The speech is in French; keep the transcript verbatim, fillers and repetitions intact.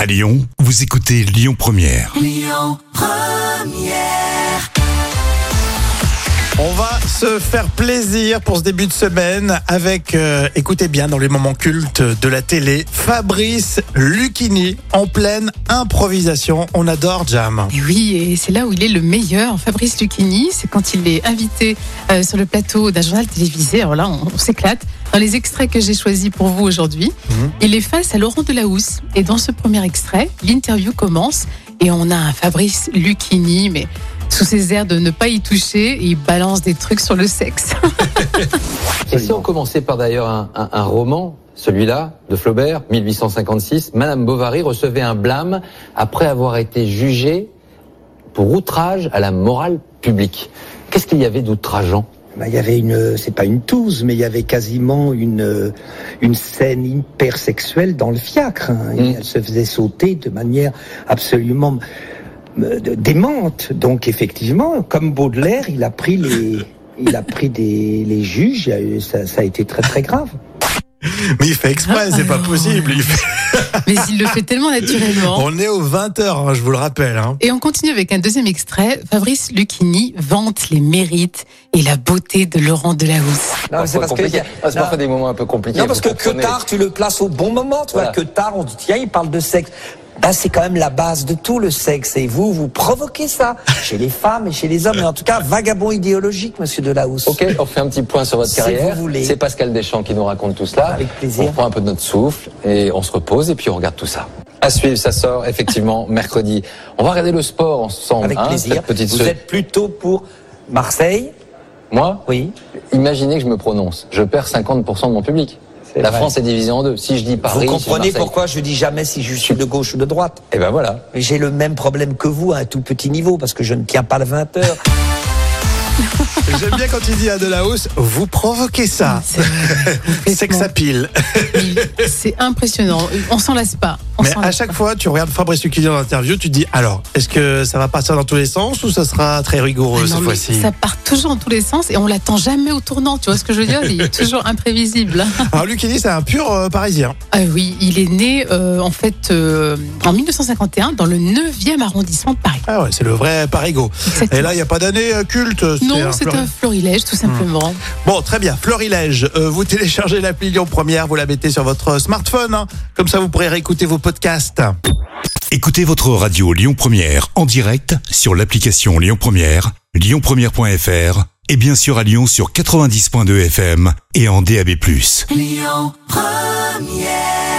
À Lyon, vous écoutez Lyon Première. Lyon Première. On va se faire plaisir pour ce début de semaine avec, euh, écoutez bien, dans les moments cultes de la télé, Fabrice Lucchini en pleine improvisation. On adore Jam. Et oui, et c'est là où il est le meilleur, Fabrice Lucchini. C'est quand il est invité euh, sur le plateau d'un journal télévisé. Alors là, on, on s'éclate. Dans les extraits que j'ai choisis pour vous aujourd'hui, mmh. il est face à Laurent Delahousse. Et dans ce premier extrait, l'interview commence et on a un Fabrice Lucchini, mais sous ses airs de ne pas y toucher, il balance des trucs sur le sexe. Et si on commençait par d'ailleurs un, un, un roman, celui-là, de Flaubert, dix-huit cent cinquante-six, Madame Bovary recevait un blâme après avoir été jugée pour outrage à la morale publique. Qu'est-ce qu'il y avait d'outrageant ? Ben, il y avait une, c'est pas une touze, mais il y avait quasiment une, une scène hypersexuelle dans le fiacre. Hein. Mmh. Elle se faisait sauter de manière absolument démente. Donc effectivement, comme Baudelaire, il a pris les, il a pris des, les juges. Ça, ça a été très très grave. Mais il fait exprès, c'est pas possible. Il fait... Mais il le fait tellement naturellement. On est aux vingt heures, hein, je vous le rappelle. Hein. Et on continue avec un deuxième extrait. Fabrice Lucchini vante les mérites et la beauté de Laurent Delahousse. Non, c'est parce que c'est parfois des moments un peu compliqués. Non, parce que Queutard, tu le places au bon moment. Tu voilà. vois, Queutard, on dit tiens, il parle de sexe. Ben, c'est quand même la base de tout, le sexe. Et vous, vous provoquez ça chez les femmes et chez les hommes. Mais en tout cas, vagabond idéologique, monsieur Delahousse. Ok, on fait un petit point sur votre si carrière. Vous voulez. C'est Pascal Deschamps qui nous raconte tout cela. Avec plaisir. On prend un peu de notre souffle et on se repose et puis on regarde tout ça. À suivre, ça sort effectivement mercredi. On va regarder le sport ensemble. Avec hein, plaisir. Petite vous se... êtes plutôt pour Marseille ? Moi ? Oui. Imaginez que je me prononce. Je perds cinquante pour cent de mon public. La vrai. France est divisée en deux. Si je dis Paris, vous comprenez pourquoi je dis jamais si je suis de gauche ou de droite. Et ben voilà. Mais j'ai le même problème que vous à un tout petit niveau parce que je ne tiens pas le vingt heures. J'aime bien quand il dit à Delahousse, vous provoquez ça. C'est, c'est que ça pile. C'est impressionnant. On s'en lasse pas. On Mais s'en à lasse chaque pas. fois, tu regardes Fabrice Lucchini dans l'interview, tu te dis, alors, est-ce que ça va partir dans tous les sens ou ça sera très rigoureux ah non, cette fois-ci ? Ça part toujours dans tous les sens et on l'attend jamais au tournant. Tu vois ce que je veux dire ? Il est toujours imprévisible. Alors Lucchini, c'est un pur euh, Parisien. Ah oui, il est né euh, en fait euh, en dix-neuf cent cinquante et un dans le neuvième arrondissement de Paris. Ah ouais, c'est le vrai Parigo. Exactement. Et là, il n'y a pas d'année euh, culte. Non, un c'est fleur... un florilège tout simplement. Mmh. Bon, très bien, florilège. Euh, vous téléchargez l'appli Lyon Première, vous la mettez sur votre smartphone. Hein. Comme ça, vous pourrez réécouter vos podcasts. Écoutez votre radio Lyon Première en direct sur l'application Lyon Première, lyon première point f r et bien sûr à Lyon sur quatre-vingt-dix point deux F M et en D A B plus. Lyon Première.